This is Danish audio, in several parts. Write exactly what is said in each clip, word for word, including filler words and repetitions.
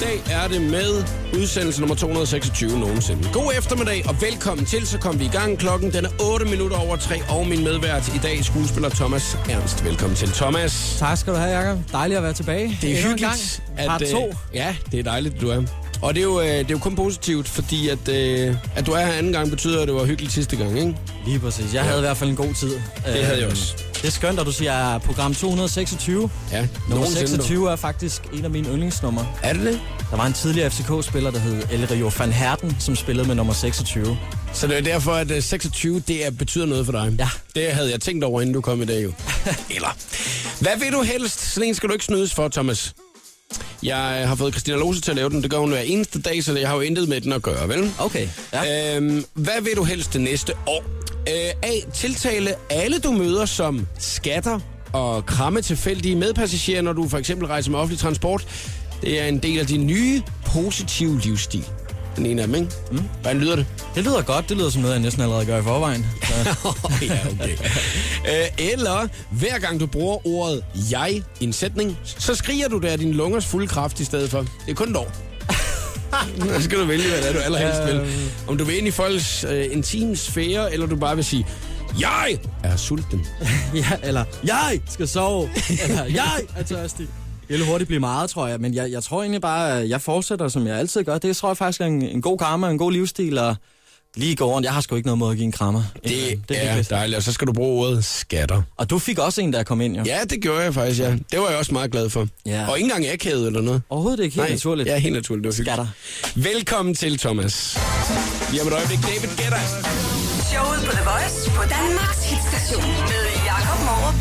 dag er det med udsendelse nummer to hundrede og seksogtyve nogensinde. God eftermiddag og velkommen til, så kom vi i gang. Klokken den er otte minutter over tre, og min medvært i dag, skuespiller Thomas Ernst. Velkommen til, Thomas. Tak skal du have, Jacob. Dejligt at være tilbage. Det er hyggeligt. At, Part to. Øh, ja, det er dejligt, du er. Og det er jo, øh, det er jo kun positivt, fordi at, øh, at du er her anden gang, betyder, at det var hyggeligt sidste gang, ikke? Lige præcis. Jeg ja. havde i hvert fald en god tid. Det havde jeg også. Det er skønt, at du siger program to hundrede og seksogtyve. Ja, nummer seksogtyve er faktisk en af mine yndlingsnumre. Er det det? Der var en tidligere F C K-spiller, der hed El Rio van Herten, som spillede med nummer seksogtyve. Så det er derfor, at seksogtyve, det er, betyder noget for dig? Ja. Det havde jeg tænkt over, inden du kom i dag, jo. Eller, hvad vil du helst? Sådan en skal du ikke snydes for, Thomas. Jeg har fået Christina Lose til at lave den. Det gør hun hver eneste dag, så jeg har jo intet med den at gøre, vel? Okay, ja. Øhm, hvad vil du helst det næste år? Øh, A. Tiltale alle, du møder som skatter og kramme tilfældige medpassagerer, når du for eksempel rejser med offentlig transport. Det er en del af din nye positive livsstil. Den ene af dem, ikke? Mm. Hvordan lyder det? Det lyder godt. Det lyder som noget, jeg næsten allerede gør i forvejen. Ja, okay. øh, eller hver gang du bruger ordet jeg i en sætning, så skriger du der din lungers fulde kraft i stedet for. Det er kun et år. Så skal du vælge, hvad det er, du allerhelst vil. Om du vil ind i folks øh, intime sfære, eller du bare vil sige, jeg er sulten. Ja, eller jeg skal sove. Eller jeg er tørstig. Det vil hurtigt blive meget, tror jeg, men jeg, jeg tror egentlig bare, at jeg fortsætter, som jeg altid gør. Det tror jeg faktisk er en, en god karma, en god livsstil, og lige går rundt. Jeg har sgu ikke noget mod at give en krammer. Det, det er, er dejligt, og så skal du bruge ordet skatter. Og du fik også en, der kom ind, jo. Ja, det gjorde jeg faktisk, ja. Det var jeg også meget glad for. Ja. Og ikke engang akavet eller noget. Overhovedet ikke, helt Nej, naturligt. Ja, helt naturligt. Det var skatter. Velkommen til, Thomas. Vi har med et øjeblik David Guetta. Showet på The Voice på Danmarks hitstation med Jacob Morup.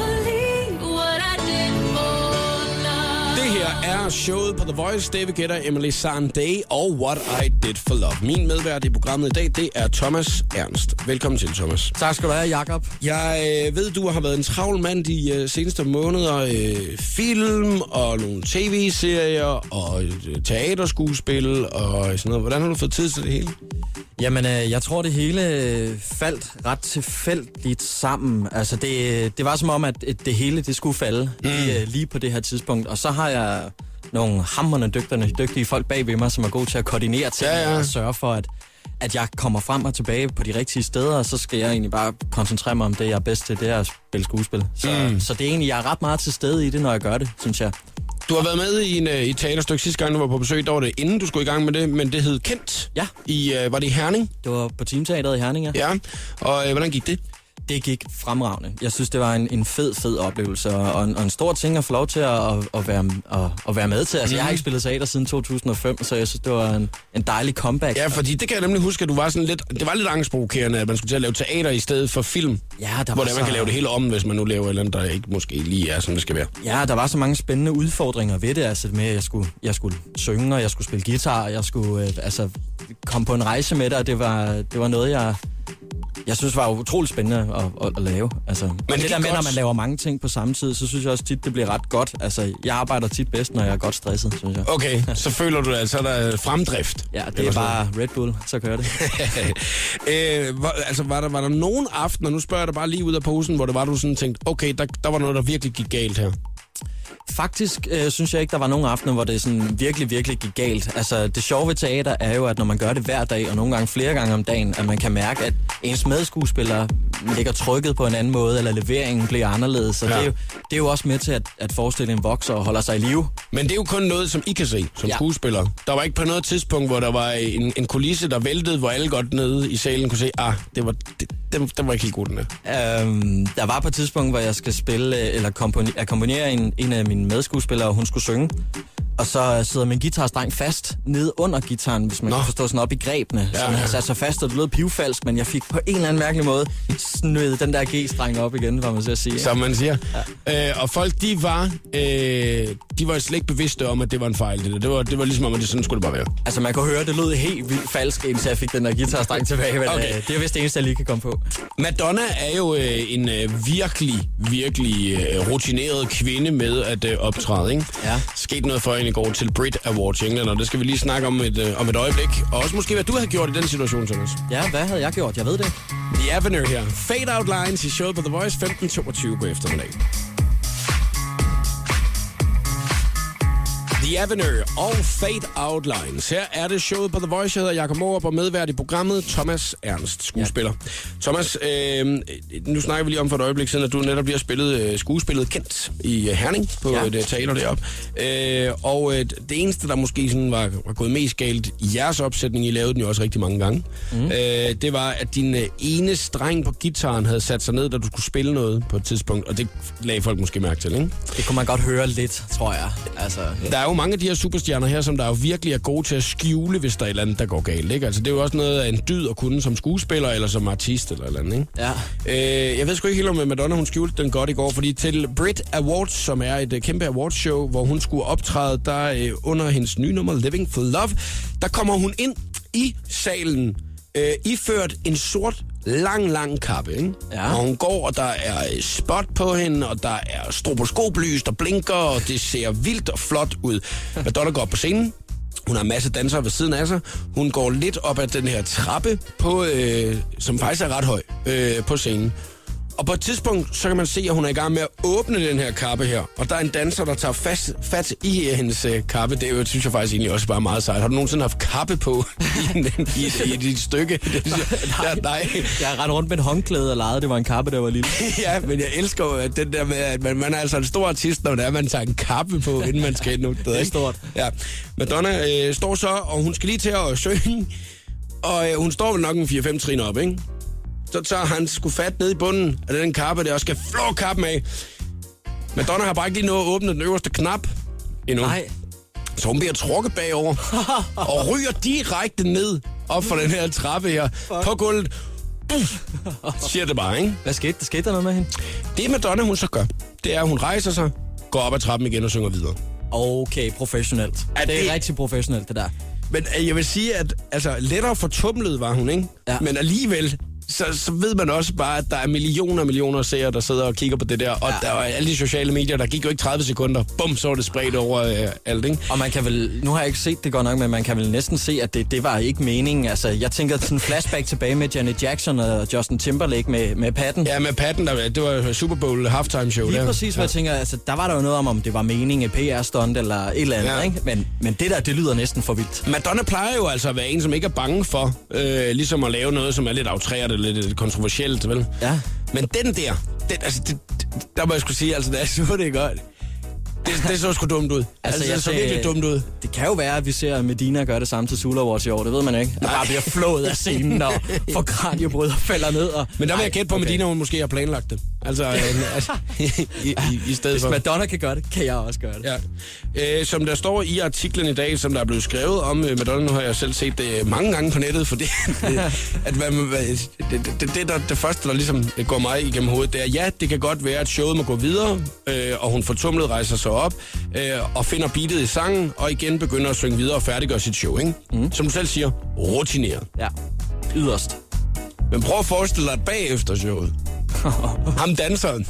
Det her er showet på The Voice, David Guetta, Emily Sandé og What I Did For Love. Min medvært i programmet i dag, det er Thomas Ernst. Velkommen til, Thomas. Tak skal du have, Jacob. Jeg øh, ved, du har været en travl mand de øh, seneste måneder. Øh, film og nogle tv-serier og øh, teaterskuespil og sådan noget. Hvordan har du fået tid til det hele? Jamen, øh, jeg tror, det hele faldt ret tilfældigt sammen. Altså, det, det var som om, at det hele det skulle falde mm. lige, lige på det her tidspunkt. Og så har jeg nogle hamrende dygtige, dygtige folk bag ved mig, som er gode til at koordinere ting ja, ja. og sørge for, at, at jeg kommer frem og tilbage på de rigtige steder. Og så skal jeg egentlig bare koncentrere mig om det, jeg er bedst til, det er at spille skuespil. Så, mm. så det er egentlig, jeg er ret meget til stede i det, når jeg gør det, synes jeg. Du har været med i en, i et teaterstykke sidste gang, du var på besøg. Der var det inden, du skulle i gang med det, men det hed Kendt. Ja. I, uh, var det i Herning? Det var på Teamteateret i Herning, ja. Ja, og uh, hvordan gik det? Det gik fremragende. Jeg synes, det var en, en fed, fed oplevelse, og en, og en stor ting at få lov til at, at, at, være, at, at være med til. Altså, mm. jeg har ikke spillet teater siden to tusind og fem, så jeg synes, det var en, en dejlig comeback. Ja, fordi det kan jeg nemlig huske, at du var sådan lidt, det var lidt angstprovokerende, at man skulle til at lave teater i stedet for film. Ja, der hvor var det, man så... kan lave det hele om, hvis man nu laver et eller andet, der ikke måske lige er, som det skal være. Ja, der var så mange spændende udfordringer ved det, altså med, at jeg skulle, jeg skulle synge, og jeg skulle spille guitar, og jeg skulle øh, altså, komme på en rejse med det, og det var, det var noget, jeg... Jeg synes, det var utroligt spændende at, at, at lave. Altså, men det, det der med, når man laver mange ting på samme tid, så synes jeg også tit, det bliver ret godt. Altså, jeg arbejder tit bedst, når jeg er godt stresset, synes jeg. Okay, så føler du, at så er der fremdrift? Ja, det er bare Red Bull, så kører det. øh, var, altså, var der, var der nogen aftener, nu spørger jeg dig bare lige ud af posen, hvor det var, du sådan tænkte, okay, der, der var noget, der virkelig gik galt her? Faktisk øh, synes jeg ikke, der var nogen aftener, hvor det sådan virkelig, virkelig gik galt. Altså, det sjove ved teater er jo, at når man gør det hver dag, og nogle gange flere gange om dagen, at man kan mærke, at ens medskuespillere ligger trykket på en anden måde, eller leveringen bliver anderledes. Så ja. det, er jo, det er jo også med til, at, at forestillingen vokser og holder sig i live. Men det er jo kun noget, som I kan se som ja. skuespillere. Der var ikke på noget tidspunkt, hvor der var en, en kulisse, der væltede, hvor alle godt nede i salen kunne se, ah, det var, det, det, det var ikke helt god, den der. Øhm, der var på et tidspunkt, hvor jeg skal spille, eller komponi- akkompagnere en, en af mine medskudspillere, og hun skulle synge. Og så sidder min guitarstreng fast nede under gitaren, hvis man Nå. kan forstå sådan op i grebene. Ja, så den har sat sig fast, og det lød pivfalsk, men jeg fik på en eller anden mærkelig måde snødet den der G-streng op igen, for man så at sige. Som man siger. Ja. Øh, og folk, de var, øh, de var slet ikke bevidste om, at det var en fejl. Det, det, var, det var ligesom om, at det sådan skulle det bare være. Altså man kunne høre, det lød helt vildt falsk, indtil jeg fik den der guitarstreng tilbage. Men okay. øh, det er vist det eneste, jeg lige kan komme på. Madonna er jo øh, en øh, virkelig, virkelig øh, rutineret kvinde med at øh, optræde, ikke? Ja. Sket noget for hende i går til Brit Awards i England, og det skal vi lige snakke om et, øh, om et øjeblik. Og også måske, hvad du havde gjort i den situation, Thomas. Ja, hvad havde jeg gjort? Jeg ved det. The Avenue her. Fade Out Lines i showet på The Voice femten toogtyve på eftermiddag. The Avenue og Fade Outlines. Her er det showet på The Voice. Jeg hedder Jakob Morup og medvært i programmet Thomas Ernst, skuespiller. Ja. Thomas, øh, nu snakker vi lige om for et øjeblik siden, at du netop lige har spillet øh, skuespillet Kendt i Herning på ja. et teater deroppe. Øh, og øh, det eneste, der måske sådan var, var gået mest galt i jeres opsætning, I lavede den jo også rigtig mange gange, mm. øh, det var, at din øh, ene streng på gitaren havde sat sig ned, da du skulle spille noget på et tidspunkt, og det lagde folk måske mærke til, ikke? Det kunne man godt høre lidt, tror jeg. Altså, ja. Der er jo mange af de her superstjerner her, som der jo virkelig er gode til at skjule, hvis der er et eller andet, der går galt, ikke? Altså, det er jo også noget af en dyd at kunne som skuespiller, eller som artist, eller et eller andet, ikke? Ja. Øh, jeg ved sgu ikke helt om Madonna, hun skjulte den godt i går, fordi til Brit Awards, som er et uh, kæmpe awardshow, hvor hun skulle optræde, der uh, under hendes nye nummer, Living for Love, der kommer hun ind i salen, uh, iført en sort lang, lang kappe, ikke? Ja. Og hun går, og der er spot på hende, og der er stroboskoplys, der blinker, og det ser vildt og flot ud. Madonna går op på scenen. Hun har en masse dansere ved siden af sig. Hun går lidt op ad den her trappe, på, øh, som faktisk er ret høj, øh, på scenen. Og på et tidspunkt, så kan man se, at hun er i gang med at åbne den her kappe her. Og der er en danser, der tager fast, fat i hendes øh, kappe. Det er jo, synes jeg faktisk egentlig også bare meget sejt. Har du nogensinde haft kappe på i, i, i, i dit stykke? nej, nej. Jeg har ret rundt med et håndklæde og legede, det var en kappe, der var lille. Ja, men jeg elsker jo at den der med, at man, man er altså en stor artist, når det er, man tager en kappe på, inden man skal ind. Det er stort. Ja. Madonna øh, står så, og hun skal lige til at synge. Og øh, hun står vel nok en fire fem trin op, ikke? Så tager han sgu fat ned i bunden af den kappe der, og skal flå kappen af. Madonna har bare ikke lige nået at åbne den øverste knap endnu. Nej. Så hun bliver trukket bagover, og ryger direkte ned op for den her trappe her, Fuck. på gulvet. Siger det bare, ikke? Hvad skete? Der skete der noget med hende? Det Madonna, hun så gør, det er, at hun rejser sig, går op ad trappen igen og synger videre. Okay, professionelt. Er det er rigtig professionelt, det der. Men jeg vil sige, at altså, lettere fortumlet var hun, ikke? Ja. Men alligevel, så, så ved man også bare, at der er millioner og millioner af seere, der sidder og kigger på det der. Og ja. der var alle de sociale medier, der gik jo ikke tredive sekunder. Bum, så var det spredt over øh, alt, ikke? Og man kan vel, nu har jeg ikke set det godt nok, men man kan vel næsten se, at det, det var ikke meningen. Altså, jeg tænker sådan en flashback tilbage med Janet Jackson og Justin Timberlake med, med patten. Ja, med patten, der, det var Super Bowl halftime show. Lige der. præcis, hvor ja. jeg tænker, altså, der var der jo noget om, om det var meningen, P R-stunt eller et eller andet, ja. ikke? Men, men det der, det lyder næsten for vildt. Madonna plejer jo altså at være en, som ikke er bange for, øh, ligesom at lave noget, som er lidt aftræret eller lidt kontroversielt. Vel? Ja. Men den der, den, altså, det, der må jeg skulle sige, altså, da jeg så det godt, det, det så sgu dumt ud. Altså, altså det så virkelig dumt ud. Det kan jo være, at vi ser Medina gøre det samme til Sula Awards i år, det ved man ikke. Der bare bliver flået af scenen, og får kranjebrud og falder ned. Og... Men der vil jeg gætte på, at okay. Medina hun måske har planlagt det. Altså, altså i, i, i stedet Hvis for... Madonna kan gøre det, kan jeg også gøre det. Ja. Øh, som der står i artiklen i dag, som der er blevet skrevet om Madonna, nu har jeg selv set det mange gange på nettet, fordi at hvad, det, det, det, det, der, det første, der ligesom går mig igennem hovedet, det er, ja, det kan godt være, at showet må gå videre, øh, og hun fortumlet rejser sig op, øh, og finder beatet i sangen, og igen begynder at synge videre og færdiggøre sit show, ikke? Mm. Som du selv siger, rutineret. Ja, yderst. Men prøv at forestille dig bagefter showet. Ham danseren.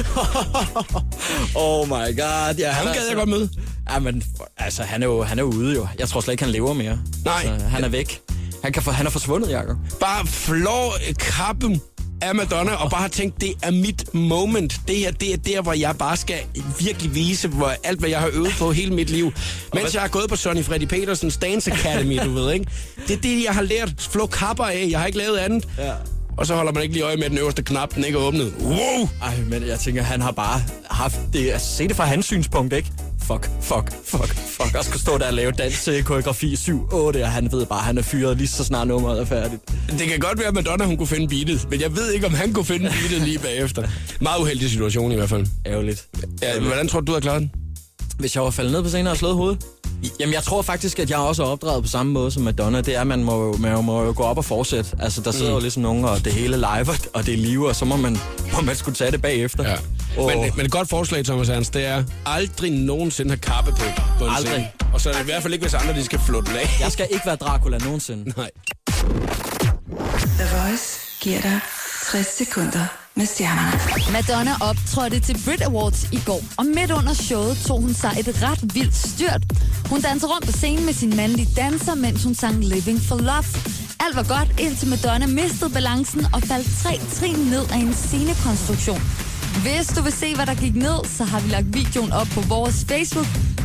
Oh my god. Ja, ham gad altså, jeg godt møde. Ja, men altså, han er jo, han er jo ude jo. Jeg tror slet ikke, han lever mere. Nej. Altså, han er væk. Han, kan for, han er forsvundet, Jakob. Bare flår kappen af Madonna, og bare har tænkt, det er mit moment. Det her, det er der, hvor jeg bare skal virkelig vise, hvor alt, hvad jeg har øvet på hele mit liv. Mens jeg har gået på Sonny Freddy Petersens Dance Academy, du ved, ikke? Det er det, jeg har lært. Flå kapper af. Jeg har ikke lavet andet. Ja. Og så holder man ikke lige øje med, at den øverste knap, den ikke er åbnet. Wow! Ej, men jeg tænker, han har bare haft det. Altså, se det fra hans synspunkt, ikke? Fuck, fuck, fuck, fuck. Og skal stå der og lave dans, koreografi syv otte, og han ved bare, at han er fyret lige så snart nummeret er færdigt. Det kan godt være, at Madonna hun kunne finde beatet, men jeg ved ikke, om han kunne finde beatet lige bagefter. Meget uheldig situation i hvert fald. Ærgerligt. Ja, hvordan tror du, du har klaret den? Hvis jeg var faldet ned på scenen og slået hovedet? Jamen, jeg tror faktisk, at jeg også er opdraget på samme måde som Madonna. Det er, at man må, man må jo gå op og fortsætte. Altså, der sidder mm. jo ligesom nogen, og det hele live, og det er live, og så må man, må man skulle tage det bagefter. Ja. Oh. Men, men et godt forslag, Thomas Ernst, det er aldrig nogensinde have kappe på, på en aldrig. Scene. Og så er det i hvert fald ikke, hvis andre de skal flotte af. Jeg skal ikke være Dracula nogensinde. Nej. The Voice giver dig tres sekunder med stjernerne. Madonna optrådte til Brit Awards i går, og midt under showet tog hun sig et ret vildt styrt. Hun dansede rundt på scenen med sin mandlige danser, mens hun sang Living for Love. Alt var godt, indtil Madonna mistede balancen og faldt tre trin ned af en scenekonstruktion. Hvis du vil se, hvad der gik ned, så har vi lagt videoen op på vores Facebook.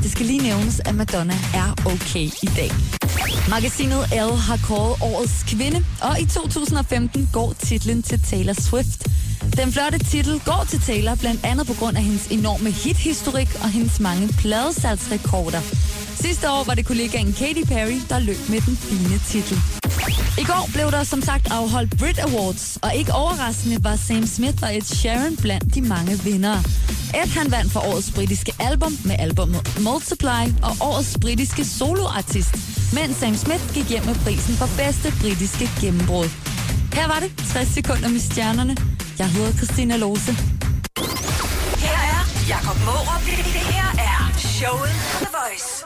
det skal lige nævnes, at Madonna er okay i dag. Magasinet Elle har kåret årets kvinde, og i to tusind og femten går titlen til Taylor Swift. Den flotte titel går til Taylor blandt andet på grund af hendes enorme hithistorik og hendes mange pladesalgsrekorder. Sidste år var det kollegaen Katy Perry, der løb med den fine titel. I går blev der som sagt afholdt Brit Awards, og ikke overraskende var Sam Smith og Ed Sheeran blandt de mange vindere. Ed han vandt for årets britiske album med albumet Multiply og årets britiske soloartist, mens Sam Smith gik hjem med prisen for bedste britiske gennembrud. Her var det tres sekunder med stjernerne. Jeg hedder Christina Lose. Her er Jakob Mårup. Det her er showet på The Voice.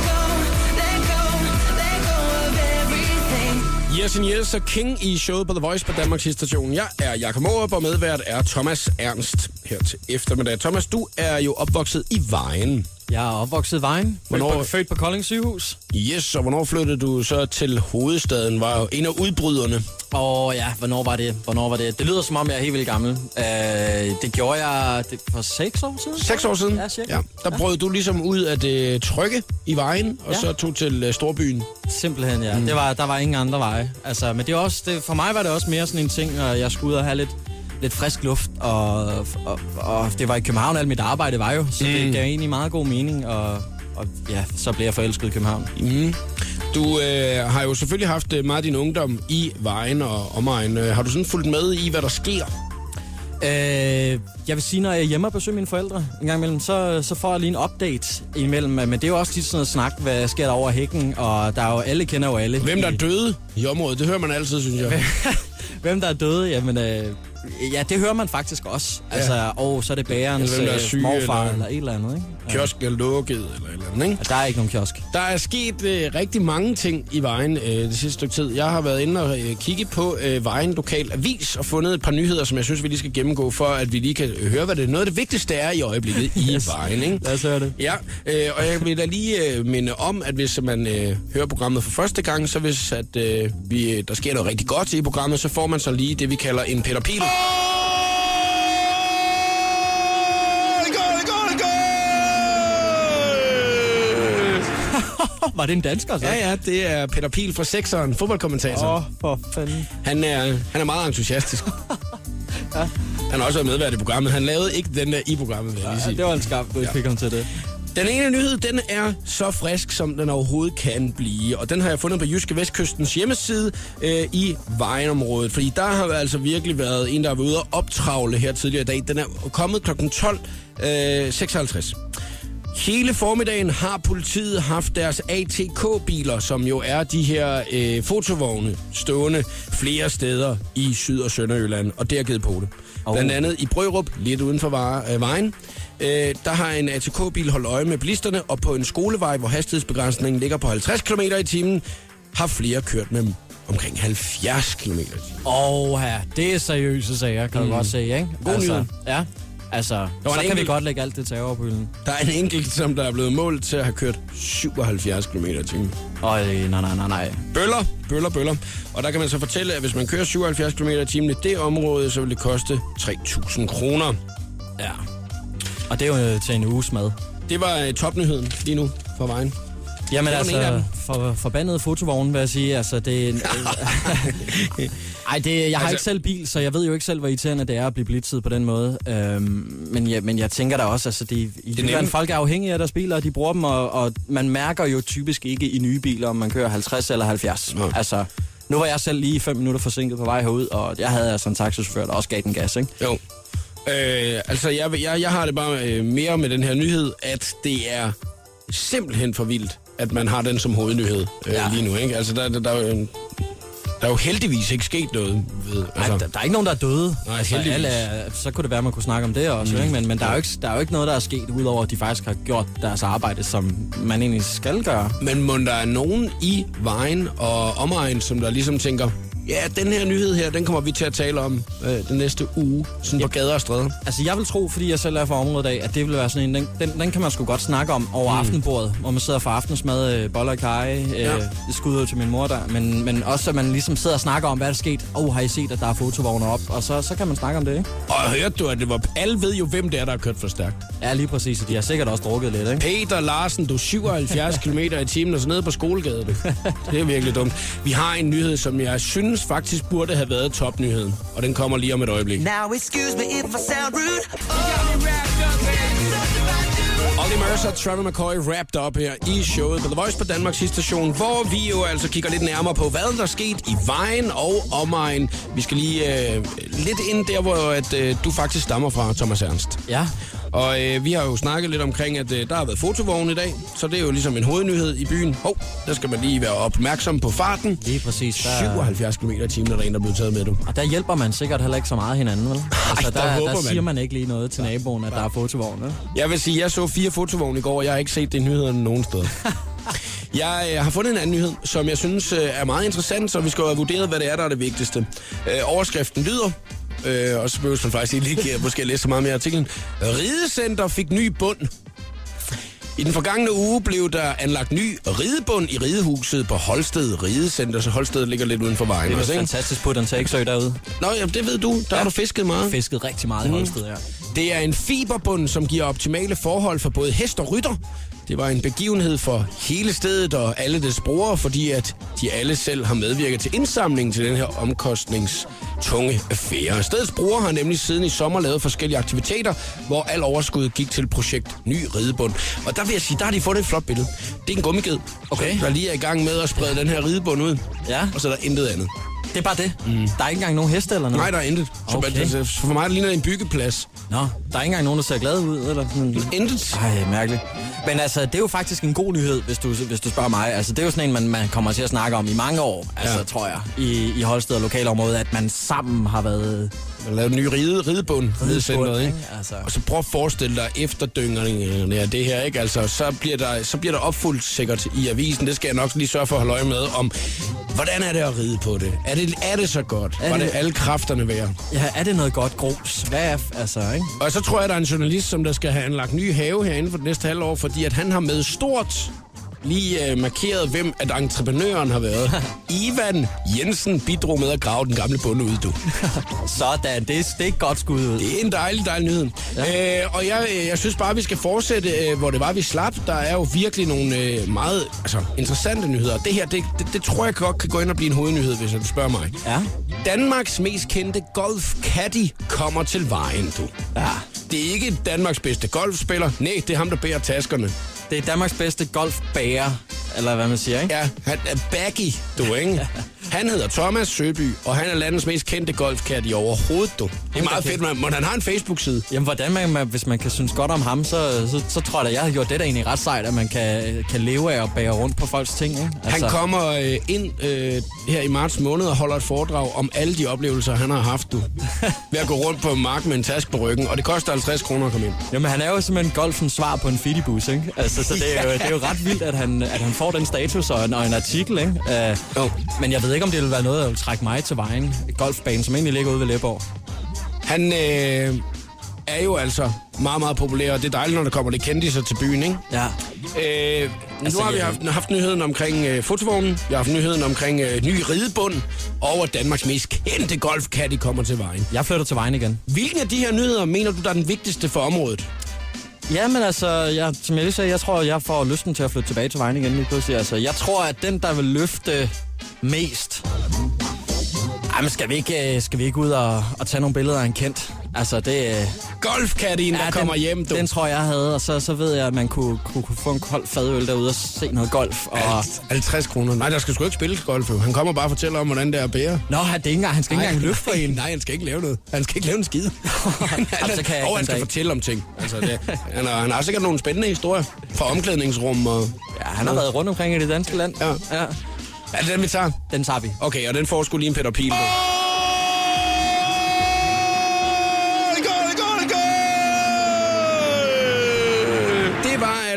Yes and Yes og King i showet på The Voice på Danmarks station. Jeg er Jakob Mårup, og medvært er Thomas Ernst her til eftermiddag. Thomas, du er jo opvokset i Vejen. Jeg er opvokset i Vejen. Født Hvornår- på, født på Kolding sygehus. Yes, og hvornår flyttede du så til hovedstaden? Var jo en af udbryderne. Og ja, hvornår var det? Hvornår var det? Det lyder som om, jeg er helt vildt gammel. Øh, det gjorde jeg det for seks år siden. Seks år siden? Ja, cirka. Ja, der brød du ligesom ud af det trygge i Vejen, og Ja. så tog til uh, Storbyen. Simpelthen, ja. Mm. Det var, der var ingen andre veje. Altså, men det er også, det, for mig var det også mere sådan en ting, at jeg skulle ud og have lidt, lidt frisk luft, og, og, og det var i København, alt mit arbejde var jo, så mm. det gav egentlig meget god mening, og, og ja, så blev jeg forelsket i København. Mm. Du øh, har jo selvfølgelig haft øh, meget din ungdom i Vejen og omegn. Øh, har du sådan fulgt med i, hvad der sker? Øh, jeg vil sige, når jeg er hjemme og besøger mine forældre en gang imellem, så, så får jeg lige en update imellem. Men det er jo også tit sådan noget snak, hvad sker der over hækken, og der er jo, alle kender jo alle. Hvem der er døde i området, det hører man altid, synes jeg. Hvem der er døde, jamen... Øh, ja, det hører man faktisk også. Ja. Altså, åh, så er det bagerens Eller hvem der er øh, syge, morfar eller- eller et eller andet, ikke? Ja. Kiosk er lukket, eller et eller andet, ikke? Der er ikke nogen kiosk. Der er sket øh, rigtig mange ting i Vejen øh, det sidste stykke tid. Jeg har været inde og øh, kigge på øh, Vejen Lokal Avis og fundet et par nyheder, som jeg synes, vi lige skal gennemgå, for at vi lige kan høre, hvad det er. Noget af det vigtigste er i øjeblikket i Yes. Vejen, ikke? Lad os høre det. Ja, øh, og jeg vil da lige øh, minde om, at hvis man øh, hører programmet for første gang, så hvis at, øh, vi, der sker noget rigtig godt i programmet, så får man så lige det, vi kalder en Peter Pil. Var det en dansker, så? Ja, ja, det er Peter Pil fra sekseren, fodboldkommentator. Åh, oh, for fanden. Han er, han er meget entusiastisk. Ja. Han har også været medvært i programmet. Han lavede ikke den der i programmet, vil jeg lige Ja, sige. det var en skam, du ikke fik ham til det. Den ene nyhed, den er så frisk, som den overhovedet kan blive. Og den har jeg fundet på Jyske Vestkystens hjemmeside øh, i Vejenområdet. Fordi der har altså virkelig været en, der har været ude og optravle her tidligere i dag. Den er kommet klokken tolv seksoghalvtreds. Hele formiddagen har politiet haft deres A T K-biler, som jo er de her øh, fotovogne, stående flere steder i Syd- og Sønderjylland, og det har givet på det. Oh. Blandt andet i Brørup, lidt uden for var, øh, vejen, øh, der har en A T K-bil holdt øje med bilisterne, og på en skolevej, hvor hastighedsbegrænsningen ligger på halvtreds kilometer i timen, har flere kørt med omkring halvfjerds kilometer i timen. Åh, ja, det er seriøse sager, kan mm. du godt se, ikke? God altså, nyhed. Ja, altså, var så en kan enkelt- vi godt lægge alt det terror på hylden. Der er en enkelt, som der er blevet målt til at have kørt syvoghalvfjerds kilometer i timen. Øj, nej, nej, nej, nej. Bøller, bøller, bøller. Og der kan man så fortælle, at hvis man kører syvoghalvfjerds kilometer i timen i det område, så vil det koste tre tusind kroner. Ja. Og det er jo til en uges mad. Det var uh, topnyheden lige nu for Vejen. Jamen Det var den ene af altså, dem. for, forbandet fotovogn, vil jeg sige. Altså, det er... Ej, det, jeg har Altså- ikke selv bil, så jeg ved jo ikke selv, hvor irriterende det er at blive blitzet på den måde. Øhm, men, ja, men jeg tænker da også, altså, det, i er Jylland, nemt. folk er afhængige af deres biler, og de bruger dem, og, og man mærker jo typisk ikke i nye biler, om man kører halvtreds eller halvfjerds. Nej. Altså, nu var jeg selv lige fem minutter forsinket på vej herud, og jeg havde altså en taxichauffør, der også gav den gas, ikke? Jo. Øh, altså, jeg, jeg, jeg har det bare øh, mere med den her nyhed, at det er simpelthen for vildt, at man har den som hovednyhed øh, Ja. lige nu, ikke? Altså, der, der, der, er jo- der er jo heldigvis ikke sket noget ved... Altså, Nej, der, der er ikke nogen, der er døde. Nej, altså, heldigvis. alle er, så kunne det være, at man kunne snakke om det også, mm. ikke? Men, men der, er jo ikke, der er jo ikke noget, der er sket, udover at de faktisk har gjort deres arbejde, som man egentlig skal gøre. Men må der er nogen i Vejen og omegn, som der ligesom tænker, Ja, den her nyhed her, den kommer vi til at tale om øh, den næste uge, sådan på gader og stræder. Altså, jeg vil tro, fordi jeg selv er fra området af, at det vil være sådan en, den, den, den kan man sgu godt snakke om over mm. aftenbordet, hvor man sidder for aftensmad, øh, boller og kaj, øh, ja. Det skud ud til min mor der, men, men også, at man ligesom sidder og snakker om, hvad der er sket. Åh, oh, har I set, at der er fotovogner op? Og så, så kan man snakke om det, ikke? Og hørte du, at det var, alle ved jo, hvem det er, der har kørt for stærkt. Ja, lige præcis, og de har sikkert også drukket lidt, ikke? Peter Larsen, du er syvoghalvfjerds kilometer i timen, og så nede på Skolegade. Det. det er virkelig dumt. Vi har en nyhed, som jeg synes faktisk burde have været topnyheden, og den kommer lige om et øjeblik. Now excuse me if I sound rude. Olly Mercer og Trevor McCoy wrapped up her i showet på The Voice på Danmarks station, hvor vi jo altså kigger lidt nærmere på, hvad der er sket i Vejen og omegn. Vi skal lige øh, lidt ind der, hvor at, øh, du faktisk stammer fra, Thomas Ernst. Ja. Og øh, vi har jo snakket lidt omkring, at øh, der har været fotovogn i dag, så det er jo ligesom en hovednyhed i byen. Hov, der skal man lige være opmærksom på farten. Lige præcis. Der... syvoghalvfjerds kilometer i timen, er der en, der er blevet taget med, du. Og der hjælper man sikkert heller ikke så meget hinanden, vel? Altså, Ej, der, der, der der siger man. man ikke lige noget til naboen, at der er fotovogn, vel? Jeg vil sige, jeg så fire fotovogne i går, og jeg har ikke set det i nyhederne nogen steder. Jeg øh, har fundet en anden nyhed, som jeg synes øh, er meget interessant, så vi skal have vurderet, hvad det er, der er det vigtigste. Øh, overskriften lyder, øh, og så behøver man faktisk ikke måske læse så meget mere artiklen. Ridecenter fik ny bund. I den forgangne uge blev der anlagt ny ridebund i ridehuset på Holsted Ridecenter, så Holsted ligger lidt uden for vejen. Det er også, fantastisk på den tagsø derude. Nå, ja, det ved du. Der ja. har du fisket meget. Fisket rigtig meget mm. i Holsted, ja. Det er en fiberbund, som giver optimale forhold for både hest og rytter. Det var en begivenhed for hele stedet og alle dets brugere, fordi at de alle selv har medvirket til indsamlingen til den her omkostningstunge affære. Stedets brugere har nemlig siden i sommer lavet forskellige aktiviteter, hvor al overskud gik til projekt Ny Ridebund. Og der vil jeg sige, der har de fået et flot billede. Det er en gummiged, okay. der lige er i gang med at sprede den her ridebund ud. Ja. Og så er der intet andet. Det er bare det? Mm. Der er ikke engang nogen heste eller noget? Nej, der er intet. Så okay. så for mig ligner det en byggeplads. Nå, der er ikke engang nogen, der ser glad ud, eller sådan? Intet. Ej, mærkeligt. Men altså, det er jo faktisk en god nyhed, hvis du, hvis du spørger mig. Altså, det er jo sådan en, man, man kommer til at snakke om i mange år, altså, ja. tror jeg, i, i Holsted og lokalområdet, at man sammen har været... Man lavede en ny ride, ridebund, ridecenteret, ikke? Altså. Og så prøv at forestille dig efterdyngerne af det her, ikke? Altså, så bliver der, så bliver der opfuldt sikkert i avisen. Det skal jeg nok lige sørge for at holde øje med, om hvordan er det at ride på det? Er det, er det så godt? Er Var det, det alle kræfterne værd? Ja, er det noget godt grus? Hvad er, altså, ikke? Og så tror jeg, der er en journalist, som der skal have anlagt ny have her inden for det næste halvår, fordi at han har med stort lige øh, markeret, hvem at entreprenøren har været. Ivan Jensen bidrog med at grave den gamle bunde ud, du. Sådan, det er, det er et godt skud ud. Det er en dejlig, dejlig nyhed. Ja. Øh, og jeg, jeg synes bare, vi skal fortsætte, øh, hvor det var, vi slap. Der er jo virkelig nogle øh, meget altså, interessante nyheder. Det her, det, det, det tror jeg godt kan gå ind og blive en hovednyhed, hvis du spørger mig. Ja. Danmarks mest kendte golf-caddy kommer til Vejen, du. Ja. Det er ikke Danmarks bedste golfspiller. Nej, det er ham, der bærer taskerne. Det er Danmarks bedste golfbager, eller hvad man siger, ikke? Ja, han er baggy, du, ikke? Han hedder Thomas Søby, og han er landets mest kendte golfcaddy overhovedet, du. Det er meget fedt, men han har en Facebook-side. Jamen, hvordan man, hvis man kan synes godt om ham, så, så, så tror jeg da, jeg har gjort det der egentlig ret sejt, at man kan, kan leve af at bære rundt på folks ting, ikke? Altså. Han kommer øh, ind øh, her i marts måned og holder et foredrag om alle de oplevelser, han har haft, du. Ved at gå rundt på en mark med en taske på ryggen, og det koster halvtreds kroner at komme ind. Jamen, han er jo simpelthen golfens svar på en fidibus, ikke? Altså, så det er, jo, det er jo ret vildt, at han, at han får den status og en, og en artikel, ikke? Uh, oh. Men jeg ved ikke, om det vil være noget, der vil trække mig til Vejen. Golfbanen, som egentlig ligger ude ved Læborg. Han øh, er jo altså meget, meget populær, og det er dejligt, når der kommer lidt kendiser til byen, ikke? Ja. Øh, altså, nu har vi haft, haft nyheden omkring øh, fotovognen, vi har haft nyheden omkring øh, ny ridebund, og at Danmarks mest kendte golfcaddy kommer til Vejen. Jeg flytter til Vejen igen. Hvilken af de her nyheder mener du, der er den vigtigste for området? Ja, men altså, jeg, som jeg lige sagde, jeg tror, jeg får lysten til at flytte tilbage til Vejen igen lige pludselig. Altså, jeg tror, at den, der vil løfte mest... Ej, men skal vi ikke, skal vi ikke ud og, og tage nogle billeder af en kendt? Altså, det... Golfcaddien, ja, der kommer den, hjem, du. Den tror jeg havde, og så, så ved jeg, at man kunne, kunne, kunne få en kold fadøl derude og se noget golf. Og... halvtreds kroner. Nej, der skal sgu ikke spille golf, jo. Han kommer bare og fortæller om, hvordan det er at bære. Nå, det er ikke engang, han skal ikke engang løfte for en. Nej, han skal ikke lave noget. Han skal ikke lave en skid. han, altså, kan jeg og han skal fortælle om ting. Altså, det, han, har, han har sikkert nogle spændende historier fra omklædningsrum. Og... ja, han har været rundt omkring i det danske land. Ja. Ja. Er det den, vi tager? Den tager vi. Okay, og den får sgu lige en Peter Pil på.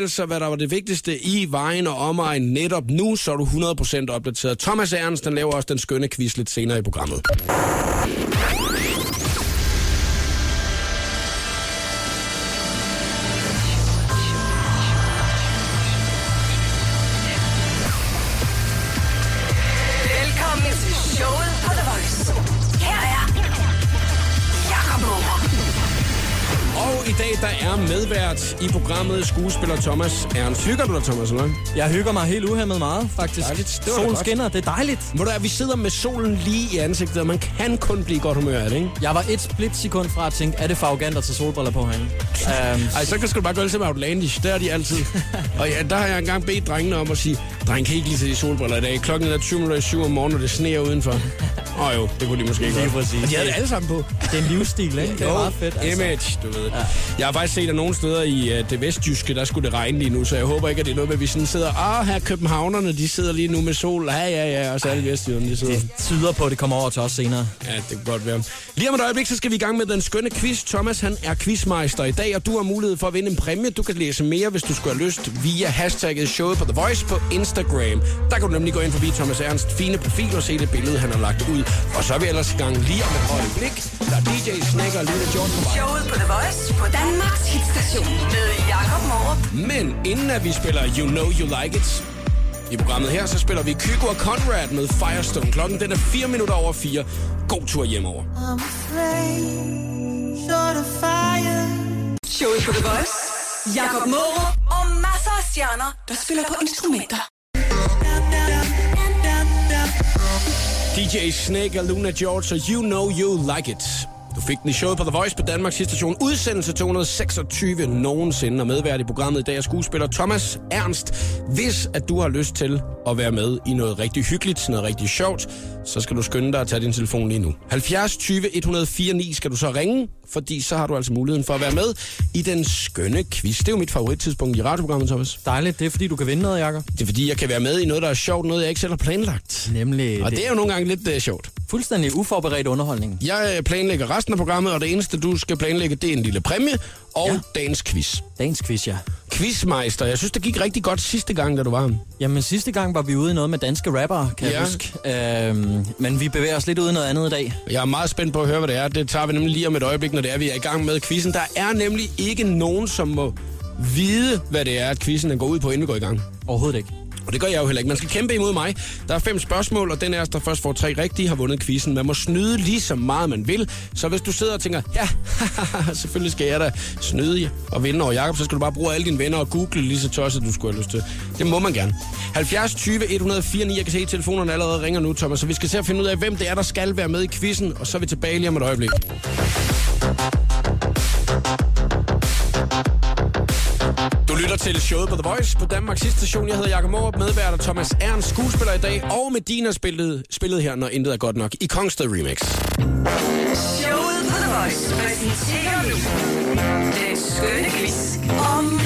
altså, hvad der var det vigtigste i vejen og omegn netop nu, så er du hundrede procent opdateret. Thomas Ernst, den laver også den skønne quiz lidt senere i programmet. Velkommen til showet på The Voice. Her er Jakob Morup. Og i dag, der er medvært i programmet skuespiller Thomas Ernst. Hygger du dig, Thomas, eller? Jeg hygger mig helt uhæmmet meget, faktisk. Dejligt. Det var da Solen godt. skinner, det er dejligt. Hvor der er, vi sidder med solen lige i ansigtet, og man kan kun blive i godt humør af det, ikke? Jeg var et splitsekund fra at tænke, er det for arrogant at tage solbriller på herinde? Um, Ej, så kan du bare gå til med Outlandish. Der er de altid. Og ja, der har jeg engang bedt drengene om at sige, dreng, kan I ikke lige tage de solbriller i dag? Klokken er tyve minutter i syv om morgenen, og det sneer udenfor. Åh oh, jo, det kunne de måske ikke Lige gøre. præcis. Og de havde det alle sammen på. det er en livsstil, ikke? Det er Jo, meget fedt. Altså. Image, du ved. Ja. Jeg har faktisk set, at nogle steder i uh, det vestjyske, der skulle det regne lige nu, så jeg håber ikke, at det er noget med, at vi sådan sidder, ah, her københavnerne, de sidder lige nu med sol, ja, ja, ja, og så alle vestjyderne, de sidder. Det tyder på, at det kommer over til os senere. Ja, det kan godt være. Lige om et øjeblik, så skal vi i gang med den skønne quiz. Thomas, han er quizmeister i dag, og du har mulighed for at vinde en præmie. Du kan læse mere, hvis du skulle have lyst, via hashtagget showet på The Voice på Instagram. Der kan du nemlig gå ind forbi Thomas Ernst fine profil og se det billede, han har lagt ud. Og så er vi ellers i gang lige om et øjeblik. Der er D J Snake og Lille George på vej. Showet på The Voice på Danmarks hitstation med Jakob Morup. Men inden at vi spiller You Know You Like It i programmet her, så spiller vi Kygo og Conrad med Firestone. Klokken den er fire minutter over fire. God tur hjemover. Showet på The Voice. Jakob Morup og masser af stjerner, der spiller på instrumenter. D J Snake og Luna George og You Know You Like It. Du fik den i showet på The Voice på Danmarks station. Udsendelse to hundrede og seksogtyve nogensinde. Og medvært i programmet i dag er skuespiller Thomas Ernst. Hvis at du har lyst til at være med i noget rigtig hyggeligt, noget rigtig sjovt, så skal du skynde dig at tage din telefon lige nu. halvfjerds tyve et nul fire ni skal du så ringe, fordi så har du altså muligheden for at være med i den skønne quiz. Det er jo mit favorittidspunkt i radioprogrammet, Thomas. Dejligt, det er fordi, du kan vinde noget, Jakob. Det er fordi, jeg kan være med i noget, der er sjovt, noget jeg ikke selv har planlagt. Nemlig. Og det er jo nogle gange lidt uh, sjovt. Fuldstændig uforberedt underholdning. Jeg planlægger resten af programmet, og det eneste, du skal planlægge, det er en lille præmie og ja. dagens quiz. Dagens quiz, ja. Quizmeister. Jeg synes, det gik rigtig godt sidste gang, da du var. Jamen, sidste gang var vi ude i noget med danske rappere, kan Ja. jeg huske. Øhm, men vi bevæger os lidt ud i noget andet i dag. Jeg er meget spændt på at høre, hvad det er. Det tager vi nemlig lige om et øjeblik, når det er, vi er i gang med quizzen. Der er nemlig ikke nogen, som må vide, hvad det er, at quizzen går ud på, inden vi går i gang. Overhovedet ikke. Og det gør jeg jo heller ikke. Man skal kæmpe imod mig. Der er fem spørgsmål, og den af os, der først får tre rigtige, har vundet quizzen. Man må snyde lige så meget, man vil. Så hvis du sidder og tænker, ja, selvfølgelig skal jeg da snyde og vinde over Jakob, så skal du bare bruge alle dine venner og google lige så tosset, du skulle have lyst til. Det må man gerne. halvfjerds tyve et nul fire ni. Jeg kan se, at telefonerne allerede ringer nu, Thomas. Så vi skal se at finde ud af, hvem det er, der skal være med i quizzen. Og så er vi tilbage lige om et øjeblik. Du lytter til showet på The Voice på Danmarks station. Jeg hedder Jakob Morup, medvært af Thomas Ernst, skuespiller i dag, og Medina spillet, spillet her, når intet er godt nok, i Kongsted Remix. Showet på The Voice præsenterer nu den skønne quiz om...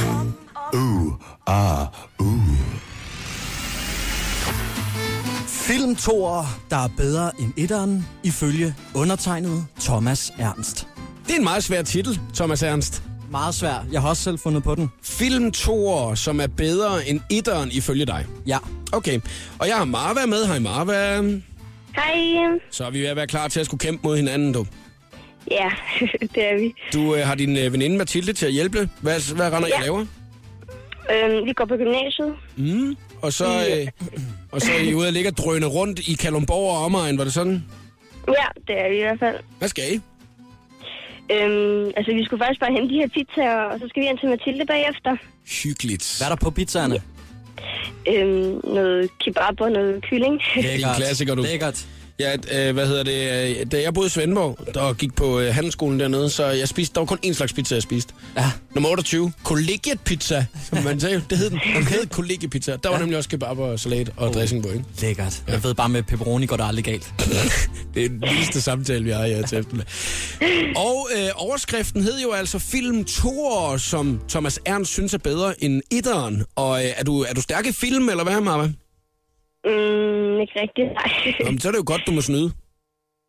Filmtoer, der er bedre end etteren, ifølge undertegnet Thomas Ernst. Det er en meget svær titel, Thomas Ernst. Meget svær. Jeg har også selv fundet på den. Filmtoer, som er bedre end etteren, ifølge dig. Ja. Okay, og jeg har Marva med. Hej Marva. Hej. Så er vi ved at være klar til at skulle kæmpe mod hinanden, du. Ja, det er vi. Du øh, har din øh, veninde Mathilde til at hjælpe. Hvad, hvad render Ja. I laver? Øhm, vi går på gymnasiet. Mm. Og så, øh, og så er I ude og ligge og drøne rundt i Kalundborg og omegn, var det sådan? Ja, det er vi i hvert fald. Hvad skal I? Øhm, altså, vi skulle faktisk bare hente de her pizzaer, og så skal vi hen til Mathilde bagefter. Hyggeligt. Hvad er der på pizzaerne? Øhm, noget kebab og noget kylling. En klassiker, du. Lækkert. Ja, øh, hvad hedder det? øh, Da jeg boede i Svendborg og gik på øh, handelsskolen dernede, så jeg spiste, der var kun én slags pizza, jeg spiste. Ja. Nummer otteogtyve. Collegiate-pizza, som man sagde. Det hed den. Den hed Collegiate-pizza. Der var ja. nemlig også kebab og salat og oh. dressing på, ikke? Lækkert. Ja. Jeg ved bare, med pepperoni går der aldrig galt. Det er den vildeste samtale, vi har her til eftermiddag. Og øh, overskriften hed jo altså film toer, som Thomas Ernst synes er bedre end etteren. Og øh, er, du, er du stærk i film, eller hvad, Marva? Mm, ikke rigtigt, nej. Jamen, så er det jo godt, du må snyde.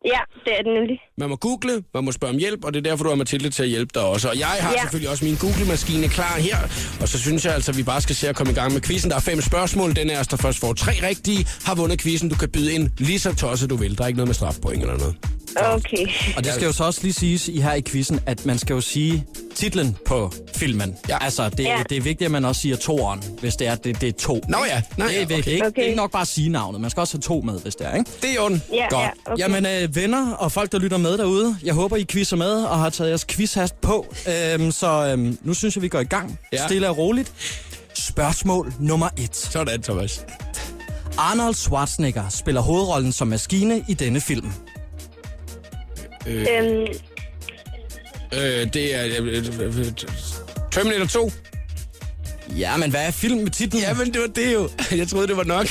Ja, det er den nemlig. Man må google, man må spørge om hjælp, og det er derfor, du har Mathilde til at hjælpe dig også. Og jeg har Ja. selvfølgelig også min Google-maskine klar her. Og så synes jeg altså, at vi bare skal se at komme i gang med quizzen. Der er fem spørgsmål. Den er altså, der først får tre rigtige, har vundet quizzen. Du kan byde ind lige så tosset du vil. Der er ikke noget med strafpoint eller noget. Okay. Og det skal jo så også lige siges i her i quizzen, at man skal jo sige titlen på filmen. Ja. Altså, det, Ja. det er vigtigt, at man også siger toeren, hvis det er, det, det er to. Nå ja, nej, det, er ja, vigtigt, okay. ikke? Okay. Det er ikke nok bare at sige navnet. Man skal også have to med, hvis det er, ikke? Det er i orden. Ja, Godt. ja, okay. Jamen, øh, venner og folk, der lytter med derude, jeg håber, I quizzer med og har taget jeres quizhast på. Øhm, så øhm, nu synes jeg, vi går i gang. Ja. Stille og roligt. Spørgsmål nummer et. Sådan, Thomas. Arnold Schwarzenegger spiller hovedrollen som maskine i denne film. Øh, Øhm, øh, det er... Øh, øh, Terminator to. Ja, men hvad er film med titlen? Ja, men det var det jo. Jeg troede, det var nok.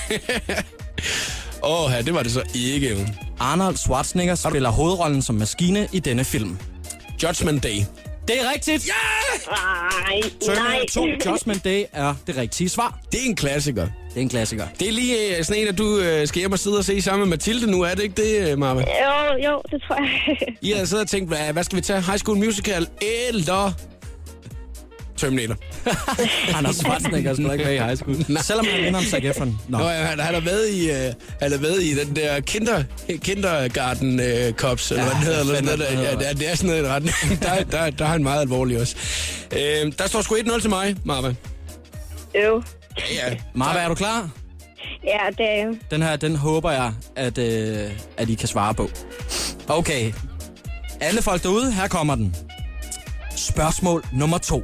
Åh, ja, det var det så ikke, jo. Arnold Schwarzenegger spiller hovedrollen som maskine i denne film. Judgment Day. Det er rigtigt! Ja! nej, nej. Terminator to Judgment Day er det rigtige svar. Det er en klassiker. Det er en klassiker. Det er lige øh, sådan en, at du øh, skal hjem og sidde og se sammen med Mathilde nu. Er det ikke det, øh, Marve? Jo, jo, det tror jeg. I har siddet og tænkt, hvad, hvad skal vi tage? High School Musical eller Terminator? Anders Schwarzenegger er sgu ikke med i high school. Selvom han minder om Zac Efron. Nå. Nå, ja, han, han er med i, øh, han er med i den der kinder, kindergarten øh, cops, eller Ja, hvad den hedder. Eller hvad sådan noget, fanden der. Ja, hedder. det er, det er sådan noget i retning. der, der, der er han meget alvorlig også. Øh, der står sgu et nul til mig, Marve. Jo. Ja, ja. Marva, er du klar? Ja, det er jo. Den her, den håber jeg, at, øh, at I kan svare på. Okay. Alle folk derude, her kommer den. Spørgsmål nummer to.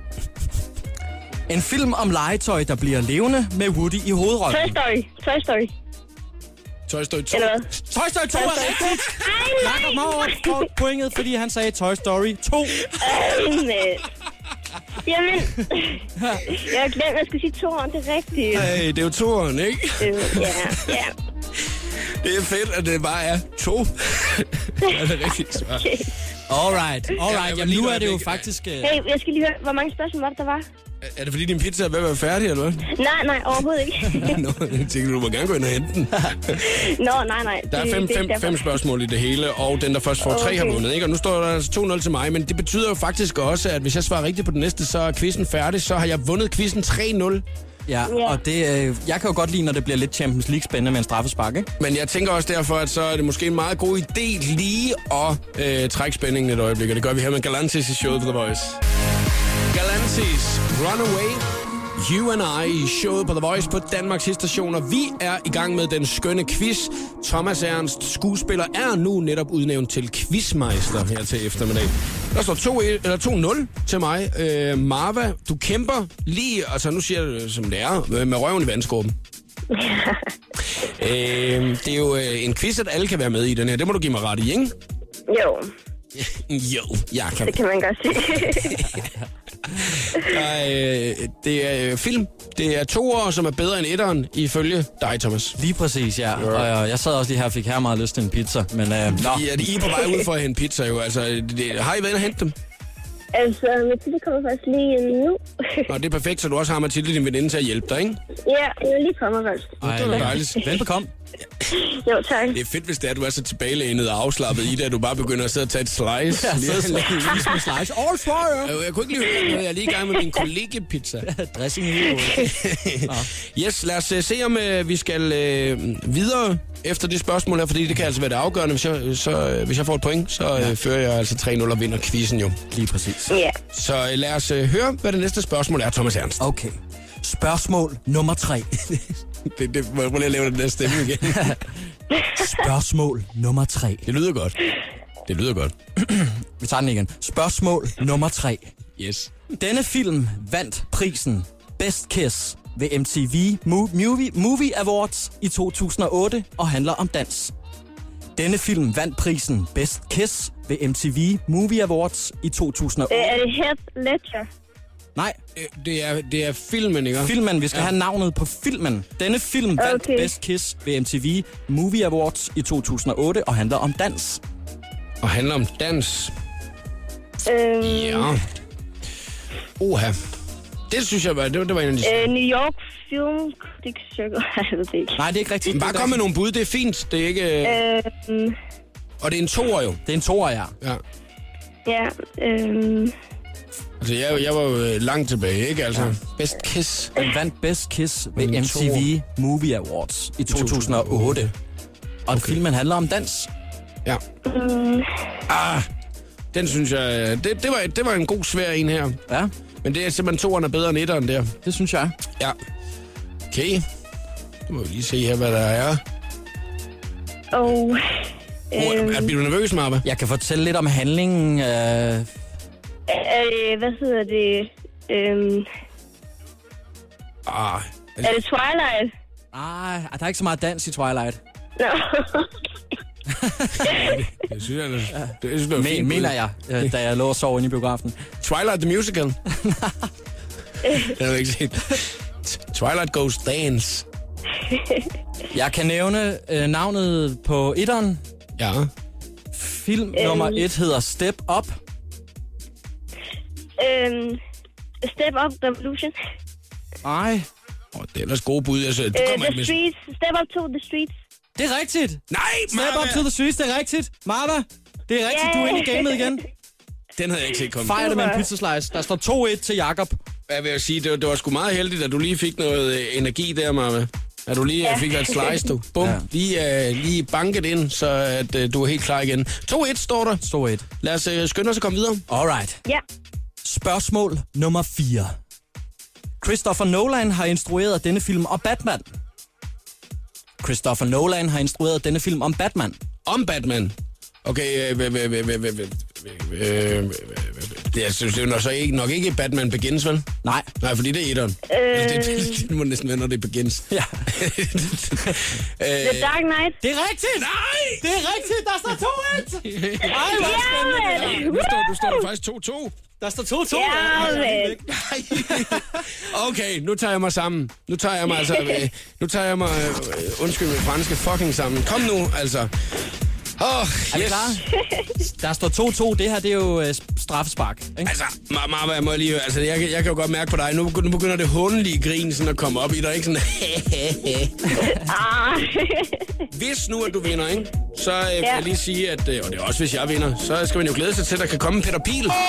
En film om legetøj, der bliver levende med Woody i hovedrollen. Toy Story. Toy Story. Toy Story to. Eller hvad? Toy Story to er rigtigt! Ej, Jakob Mauer får pointet, fordi han sagde Toy Story to. Jamen, øh. Jamen, jeg har glemt, at jeg skulle sige to år. Det er rigtigt. Hey, det er jo toeren, ikke? Øh, Ja, ja. Det er fedt, at det bare er to. Er det rigtigt svar? Okay. Alright, Ja, alright. men Jamen lige nu nu er det jo ikke- faktisk... Øh, Hey, jeg skal lige høre, hvor mange spørgsmål var det, der var? Er det fordi, din pizza er ved at være færdig, eller hvad? Nej, nej, overhovedet ikke. Nå, jeg tænker, du må gerne gå ind og hente den. Nå, nej, nej. Der er det- fem, det fem, derfor. fem spørgsmål i det hele, og den, der først får tre, har Okay. vundet, ikke? Og nu står der altså to nul til mig, men det betyder jo faktisk også, at hvis jeg svarer rigtigt på den næste, så er quizzen færdig, så har jeg vundet quizzen tre nul. ja, og det, øh, jeg kan jo godt lide, når det bliver lidt Champions League spændende med en straffespark, ikke? Men jeg tænker også derfor, at så er det måske en meget god idé lige at øh, trække spændingen et øjeblik, og det gør vi her med Galantis i showet på The Voice. Galantis, Runaway, You and I i showet på The Voice på Danmarks station, og vi er i gang med den skønne quiz. Thomas Ernst, skuespiller, er nu netop udnævnt til quizmeister her til eftermiddag. Der står to nul til mig. Øh, Marva, du kæmper lige, altså nu siger jeg det som det er, med, med røven i vandskorben. øh, det er jo øh, en quiz, at alle kan være med i den her. Det må du give mig ret i, ikke? Jo, Jo, jeg kan. det kan man godt sige. Der er, øh, det er øh, film. Det er toer, som er bedre end etteren, ifølge dig, Thomas. Lige præcis, ja. Og øh, jeg sad også lige her og fik her meget lyst til en pizza, men øh, nå. I er, I er på vej ud for at hente pizza, jo. Altså, det, har I været inde og hente dem? altså, Mathilde kommer faktisk lige nu. Nå, det er perfekt, så du også har Mathilde, din veninde, til at hjælpe dig, ikke? Ja, jeg er lige kommet først. Ej, Det var dejligt. velbekomme. Jo, tak. Det er fedt, hvis det er, at du er så tilbagelænet og afslappet i det, at du bare begynder at sidde og tage et slice. Ja, så spise med slice. All fire! Jeg, jeg kunne ikke lide det. Jeg er lige i gang med min kollegepizza. Dressing i hovedet. Yes, lad os uh, se, om uh, vi skal uh, videre efter det spørgsmål her, fordi det kan altså være det afgørende. Hvis jeg, så, uh, hvis jeg får et point, så uh, ja. fører jeg altså tre nul og vinder quizzen jo. Lige præcis. Ja. Så uh, lad os uh, høre, hvad det næste spørgsmål er, Thomas Ernst. Okay. Spørgsmål nummer tre. det, det, må jeg lige lave den der stemme igen. Spørgsmål nummer tre. Det lyder godt. Det lyder godt. Vi tager den igen. Spørgsmål nummer tre. Yes. Denne film vandt prisen Best Kiss ved M T V Movie, Movie Awards i to tusind og otte og handler om dans. Denne film vandt prisen Best Kiss ved M T V Movie Awards i to tusind og otte. Øh, er det Heath Ledger? Nej, Øh, Det er, det er filmen, ikke? filmen. Vi skal ja. have navnet på filmen. Denne film vandt Okay. Best Kiss ved M T V Movie Awards i to tusind og otte og handler om dans. Og handler om dans. Øhm, Ja. Oha. Det synes jeg var, det var, det var en af de... øh, New York Film Critics Circle. Jeg ved det ikke. Nej, det er ikke rigtigt. Bare kom med nogle bud, det er fint. Det er ikke... Øhm, Og det er en toer jo. Det er en toer, ja. Ja. Ja, øhm... Altså, jeg, jeg var jo langt tilbage, ikke? Altså, ja. Best Kiss. Den vandt Best Kiss ved En M T V Movie Awards i to tusind og otte. Og okay. filmen handler om dans. Ja. Mm. Ah, den synes jeg... Det, det, var, det var en god svær en her. Ja. Men det er simpelthen toeren er bedre end etteren der. Det synes jeg. Ja. Okay. Nu må vi lige se her, hvad der er. Og... Øhm, er, bliver du nervøs, Marve? Jeg kan fortælle lidt om handlingen. Øh... Øh, hvad hedder det? Øhm, Ah, er det Twilight? Ej, der er ikke så meget dans i Twilight. Nå. det synes jeg, det, det, synes, det var Men, fint. mener jeg, øh, da jeg lå og sov inde i biografen. Twilight the Musical. Det har jeg ikke set. Twilight Goes Dance. Jeg kan nævne øh, navnet på etteren. Ja. Film nummer et hedder Step Up. øhm, Step Up Revolution. Ej, Åh, det er ellers gode bud. Altså, du Øh, kommer the ikke med... Streets. Step Up to the Streets. det er rigtigt. Nej, Step Marva! Up to the Streets, det er rigtigt. Marva, det er rigtigt, Yeah. du er inde i gamet igen. Den havde jeg ikke set komme. Fejrer det med en Super. pizzaslice. Der står to et til Jakob. Jeg vil sige, det var, det var sgu meget heldigt, at du lige fik noget øh, energi der, Marve. At du lige ja. fik et slice, du. Bum, Ja. ja. lige, øh, lige banket ind, så at, øh, du er helt klar igen. to et står der. to et. Lad os øh, skynde os at komme videre. Alright. Ja. Spørgsmål nummer fire. Christopher Nolan har instrueret denne film om Batman. Christopher Nolan har instrueret denne film om Batman. Om Batman. Okay, øh, øh, øh, øh, øh, øh, øh, øh, det, jeg synes, det er nok, så ikke, nok ikke Batman Begins, vel? Nej. Nej, fordi det er etteren. Øh. Altså, det, det, det må næsten være, når det Begins. Ja. The Dark Knight. Det er rigtigt! Nej! Det er rigtigt! Der står to et! Ej, hvor Ja, spændende! Nu står, du står der faktisk to to. Der står to to. Ja, men. Okay, nu tager jeg mig sammen. Nu tager jeg mig altså... Øh, nu tager jeg mig... Øh, undskyld mit franske fucking sammen. Kom nu, altså. Åh, oh, Er vi yes. klar? Der står to to. Det her, det er jo øh, straffespark. Ikke? Altså, Marva, jeg må lige... Altså, jeg, jeg kan jo godt mærke på dig. Nu, nu begynder det hundelige grin sådan at komme op i dig, ikke? Sådan... Ah. Hvis nu, at du vinder, ikke? Så øh, vil jeg lige sige, at... Øh, og det er også, hvis jeg vinder. Så skal man jo glæde sig til, at der kan komme Peter Piel. Oh!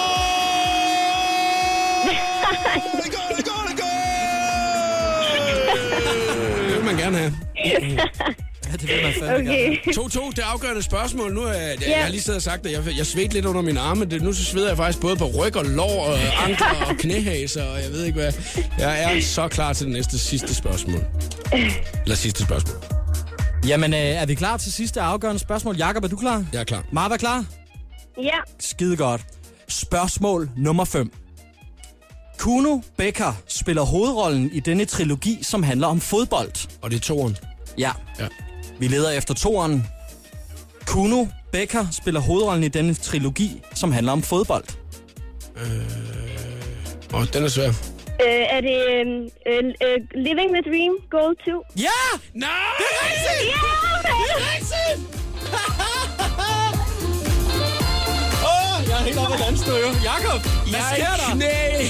Det vil man gerne have. Ja, det vil man fandme Okay. to to, det er afgørende spørgsmål. Nu er jeg, jeg, Ja. jeg har lige siddet og sagt, at jeg, jeg svedte lidt under mine arme. Det, nu så sveder jeg faktisk både på ryg og lår og ankler og knæhaser, og jeg ved ikke hvad. Jeg er så klar til det næste sidste spørgsmål. Eller sidste spørgsmål. Jamen, øh, er vi klar til sidste afgørende spørgsmål? Jakob, er du klar? Jeg er klar. Marva, klar? Ja. Skide godt. Spørgsmål nummer fem. Kuno Becker spiller hovedrollen i denne trilogi, som handler om fodbold. Og det er toeren. Ja. Ja. Vi leder efter toeren. Kuno Becker spiller hovedrollen i denne trilogi, som handler om fodbold. Øh... Åh, den er svær. Øh, er det øh, øh, Living the Dream Goal to? Ja! Nej! Det er rigtigt! Ja, Det er rigtigt! Åh, oh, jeg er helt oppe i landstøj. Jakob, hvad sker der? Knæ!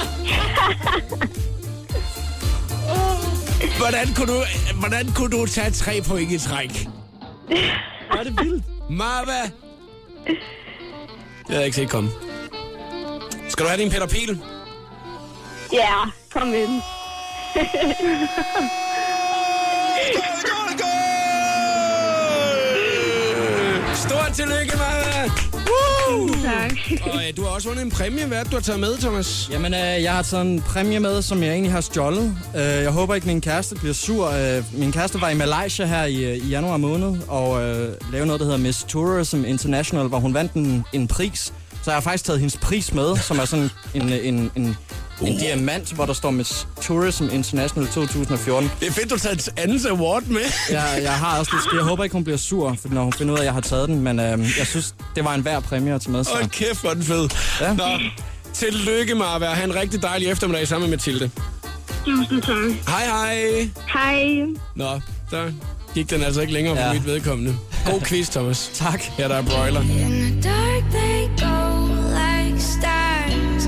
Hvordan kunne du, hvordan kunne du tage tre point i træk? Er det vildt? Marva! Det havde jeg ikke set komme. Skal du have din Peter Piel? Ja, kom ind. Stort tillykke, Marva! Tak. Og øh, du har også vundet en præmie. Hvad er det, du har taget med, Thomas? Jamen, øh, jeg har taget en præmie med, som jeg egentlig har stjålet. Øh, jeg håber ikke, min kæreste bliver sur. Øh, min kæreste var i Malaysia her i, øh, i januar måned, og øh, lavede noget, der hedder Miss Tourism International, hvor hun vandt en, en pris. Så jeg har faktisk taget hendes pris med, som er sådan en, en, en, en diamant, hvor der står Miss Tourism International to tusind og fjorten. Det er fedt, du har taget andens award med. Jeg, jeg har også lidt, jeg håber ikke, hun bliver sur, for når hun finder ud af, at jeg har taget den, men øh, jeg synes, det var en værd præmie at tage med. Så. Hold kæft, hvor er den fed. Ja. Nå, tillykke, Marva. Ha' en rigtig dejlig eftermiddag sammen med Mathilde. Tusind tak. Hej, hej. Hej. Nå, så gik den altså ikke længere for Ja. mit vedkommende. God quiz, Thomas. Tak. Her der er broiler. In the dark they go like stars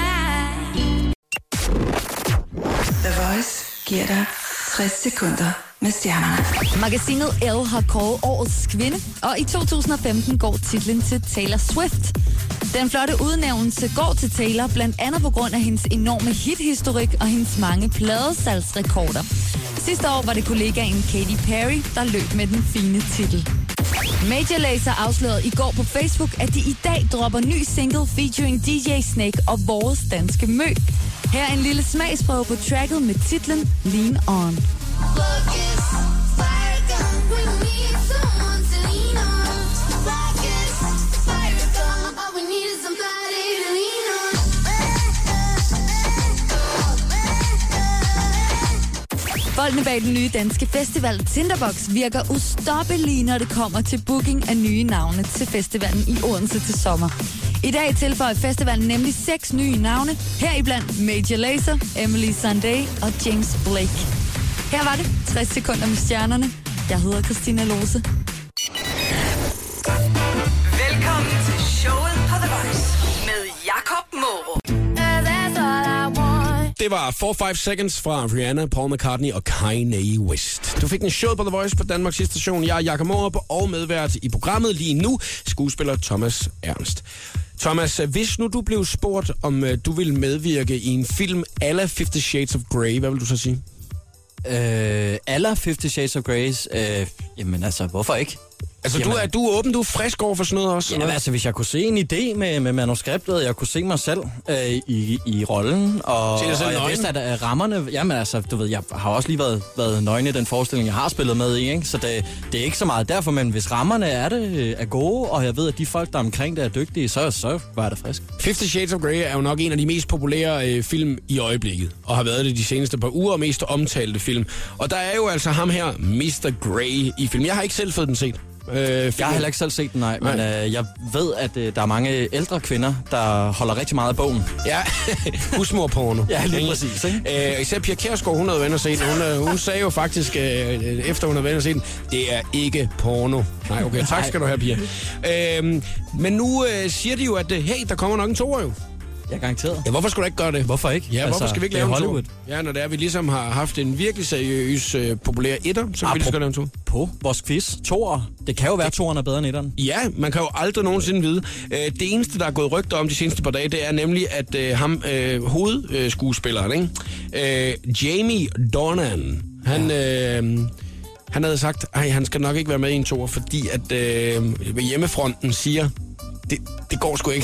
bright. The Voice giver dig tres sekunder med stjernerne. Magasinet Elle har kåret årets kvinde, og i to tusind og femten går titlen til Taylor Swift. Den flotte udnævnelse går til Taylor blandt andet på grund af hendes enorme hithistorik og hendes mange pladesalgsrekorder. Sidste år var det kollegaen Katy Perry, der løb med den fine titel. Major Lazer afslørede i går på Facebook, at de i dag dropper ny single featuring D J Snake og vores danske Mø. Her er en lille smagsprøve på tracket med titlen Lean On. Folkene bag den nye danske festival Tinderbox virker ustoppelige, når det kommer til booking af nye navne til festivalen i Odense til sommer. I dag tilføjer festivalen nemlig seks nye navne, heriblandt Major Lazer, Emily Sandé og James Blake. Her var det tres sekunder med stjernerne. Jeg hedder Christina Lose. Velkommen til showet på The Voice med Jakob Morup. Det var four five Seconds fra Rihanna, Paul McCartney og Kanye West. Du fik en show på The Voice på Danmarks station. Jeg er Jakob Morup og medvært i programmet lige nu, skuespiller Thomas Ernst. Thomas, hvis nu du blev spurgt, om uh, du ville medvirke i en film a la Fifty Shades of Grey, hvad vil du så sige? Øh, aller Fifty Shades of Grey, øh, jamen altså, hvorfor ikke? Altså, Jamen, du er, du er åben, du er frisk over for sådan noget også? Jamen, altså, hvis jeg kunne se en idé med, med manuskriptet, jeg kunne se mig selv øh, i, i rollen, og, og jeg vidste, at uh, rammerne... Jamen, altså, du ved, jeg har også lige været, været nøgen i den forestilling, jeg har spillet med i, ikke? Så det, det er ikke så meget derfor, men hvis rammerne er det er gode, og jeg ved, at de folk, der er omkring det, er dygtige, så, så var jeg da frisk. Fifty Shades of Grey er jo nok en af de mest populære øh, film i øjeblikket, og har været det de seneste par uger, og mest omtalte film. Og der er jo altså ham her, mister Grey, i film. Jeg har ikke selv fået den set. Øh, jeg har heller ikke selv set den, nej, nej. men øh, jeg ved, at øh, der er mange ældre kvinder, der holder rigtig meget af bogen. Ja, husmorporno. Ja, lige præcis. Ikke? Øh, især Pia Kjærsgaard, hun havde været og set den. Hun, øh, hun sagde jo faktisk, øh, efter hun havde været og set den, det er ikke porno. Nej, okay, tak skal du have, Pia. Øh, men nu øh, siger de jo, at hey, der kommer nok en toer jo. Ja, garanteret. Ja, hvorfor skulle du ikke gøre det? Hvorfor ikke? Ja, hvorfor altså, skal vi ikke lave en Hollywood? tur? Ja, når det er, vi ligesom har haft en virkelig seriøs, øh, populær etter, så kan vi lige skal lave en tur. På vores quiz. Toer. Det kan jo være, at toeren er bedre end etteren. Ja, man kan jo aldrig nogensinde vide. Øh, det eneste, der er gået rygter om de seneste par dage, det er nemlig, at øh, ham, øh, hovedskuespilleren, ikke? Øh, Jamie Dornan, han... Øh, han havde sagt, at han skal nok ikke være med i en toer, fordi at øh, hjemmefronten siger... Det, det går sgu ikke.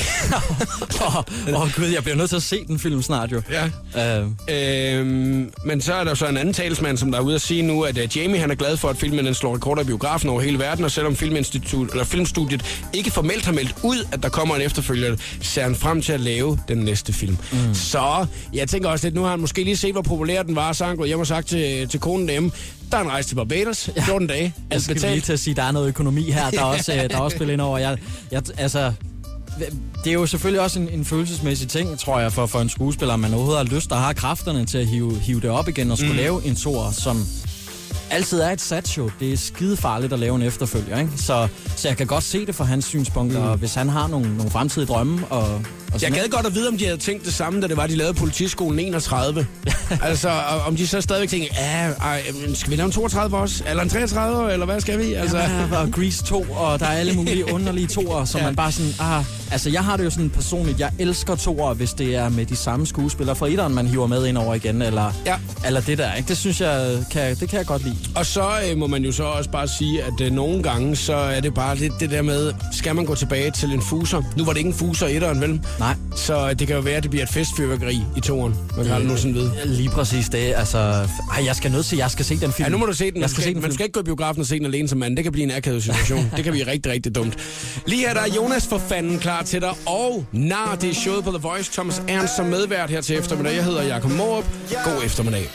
Åh, oh, oh, gud, jeg bliver nødt til at se den film snart jo. Ja. Uh. Øhm, men så er der så en anden talsmand, som der er ude at sige nu, at uh, Jamie han er glad for, at filmen den slår rekorder i biografen over hele verden, og selvom filminstitut, eller filmstudiet ikke formelt har meldt ud, at der kommer en efterfølger, ser han frem til at lave den næste film. Mm. Så jeg tænker også lidt, nu har han måske lige set, hvor populær den var, så har han gået hjem og sagt til, til konen derhjemme, der er en rejse til Barbados, fjorten dage. Jeg skal lige til at sige, at der er noget økonomi her, der er også, der er også spillet ind over. Jeg, jeg, altså, det er jo selvfølgelig også en, en følelsesmæssig ting, tror jeg, for, for en skuespiller, man overhovedet har lyst og har kræfterne til at hive, hive det op igen og skulle mm. lave en toer, som altid er et satshow. Det er skide farligt at lave en efterfølger, ikke? Så, så jeg kan godt se det fra hans synspunkter, mm. og hvis han har nogle, nogle fremtidige drømme. Og, og jeg gad godt at vide, om de havde tænkt det samme, da det var, de lavede Politiskolen enogtredive. Altså, om de så stadigvæk tænkte, ja, skal vi lave en toogtredive også? Eller en treogtredive, eller hvad skal vi? Altså... Ja, og Grease to, og der er alle mulige underlige toer, som ja. man bare sådan, ah, altså jeg har det jo sådan personligt, jeg elsker toer, hvis det er med de samme skuespillere fra etteren, man hiver med ind over igen, eller, ja. eller det der, ikke? Det synes jeg, kan, det kan jeg godt lide. Og så øh, må man jo så også bare sige, at øh, nogle gange, så er det bare lidt det der med, skal man gå tilbage til en fuser? Nu var det ikke en fuser i etteren, vel? Nej. Så det kan jo være, at det bliver et festfyrværkeri i toeren. Man kan aldrig nogensinde vide. Lige præcis det. Altså, ej, jeg skal nødt til, jeg skal se den film. Ja, nu må du se den. Jeg skal skal, se den man skal ikke gå i biografen og se den alene som mand. Det kan blive en akavet situation. Det kan blive rigtig, rigtig dumt. Lige her der er Jonas for fanden klar til dig. Og nar, det er showet på The Voice. Thomas Ernst som medvært her til eftermiddag. Jeg hedder Jakob Morup. God eftermiddag.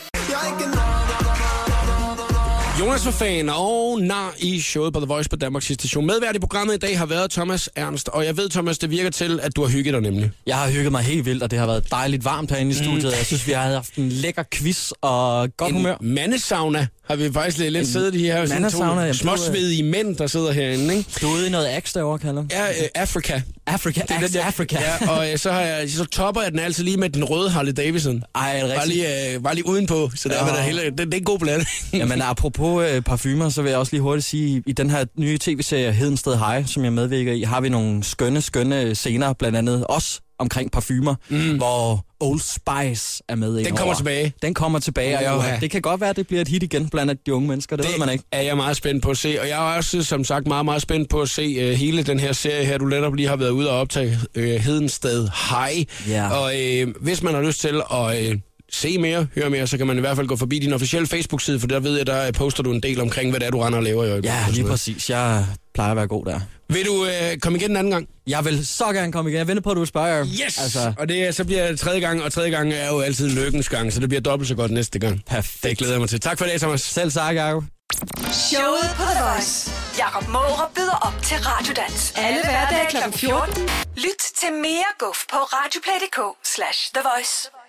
Jonas for fan og nar i showet på The Voice på Danmarks station. Medvært i programmet i dag har været Thomas Ernst. Og jeg ved, Thomas, det virker til, at du har hygget dig nemlig. Jeg har hygget mig helt vildt, og det har været dejligt varmt herinde i studiet. Mm. Jeg synes, vi har haft en lækker quiz og godt en humør. mandesauna har vi faktisk lidt, lidt siddet i her. Sådan mandesavner, to jamen, småsvedige mænd, der sidder herinde, ikke? Du er ude i noget axe derovre, kalder Ja, øh, Africa. Africa, Det er Axe den der- Africa. Ja, og øh, så, har jeg, så topper jeg den altid lige med den røde Harley Davidson. Ej, er det Bare rigtigt? lige, øh, bare lige udenpå, så der Ja. var der hele, det, det er en god blanding. Jamen, apropos øh, parfumer, så vil jeg også lige hurtigt sige, i den her nye tv-serie Hedensted High, som jeg medvirker i, har vi nogle skønne, skønne scener, blandt andet også omkring parfumer, mm. hvor Old Spice er med. Den kommer tilbage. Den kommer tilbage, og Uha. jeg, det kan godt være, at det bliver et hit igen blandt de unge mennesker, det, det ved man ikke. er jeg meget spændt på at se, og jeg er også, som sagt, meget, meget spændt på at se uh, hele den her serie her, du netop lige har været ude og optage, uh, Hedensted High. Ja. Og uh, hvis man har lyst til at... Uh, se mere, høre mere, så kan man i hvert fald gå forbi din officielle Facebook-side, for der ved jeg, der poster du en del omkring, hvad det er, du render og laver i øjeblikket. Ja, lige præcis. Jeg plejer at være god der. Vil du øh, komme igen en anden gang? Jeg vil så gerne komme igen. Jeg venter på, at du spørger. Yes! Altså. Og det, så bliver det tredje gang, og tredje gang er jo altid lykkens gang, så det bliver dobbelt så godt næste gang. Perfekt. Det glæder jeg mig til. Tak for det, Thomas. Selv tak, Jacob. Showet på The Voice. Jakob Mårup byder op til Radiodans. Alle hverdage klokken fjorten. Lyt til mere guf på radioplay punktum d k slash The Voice.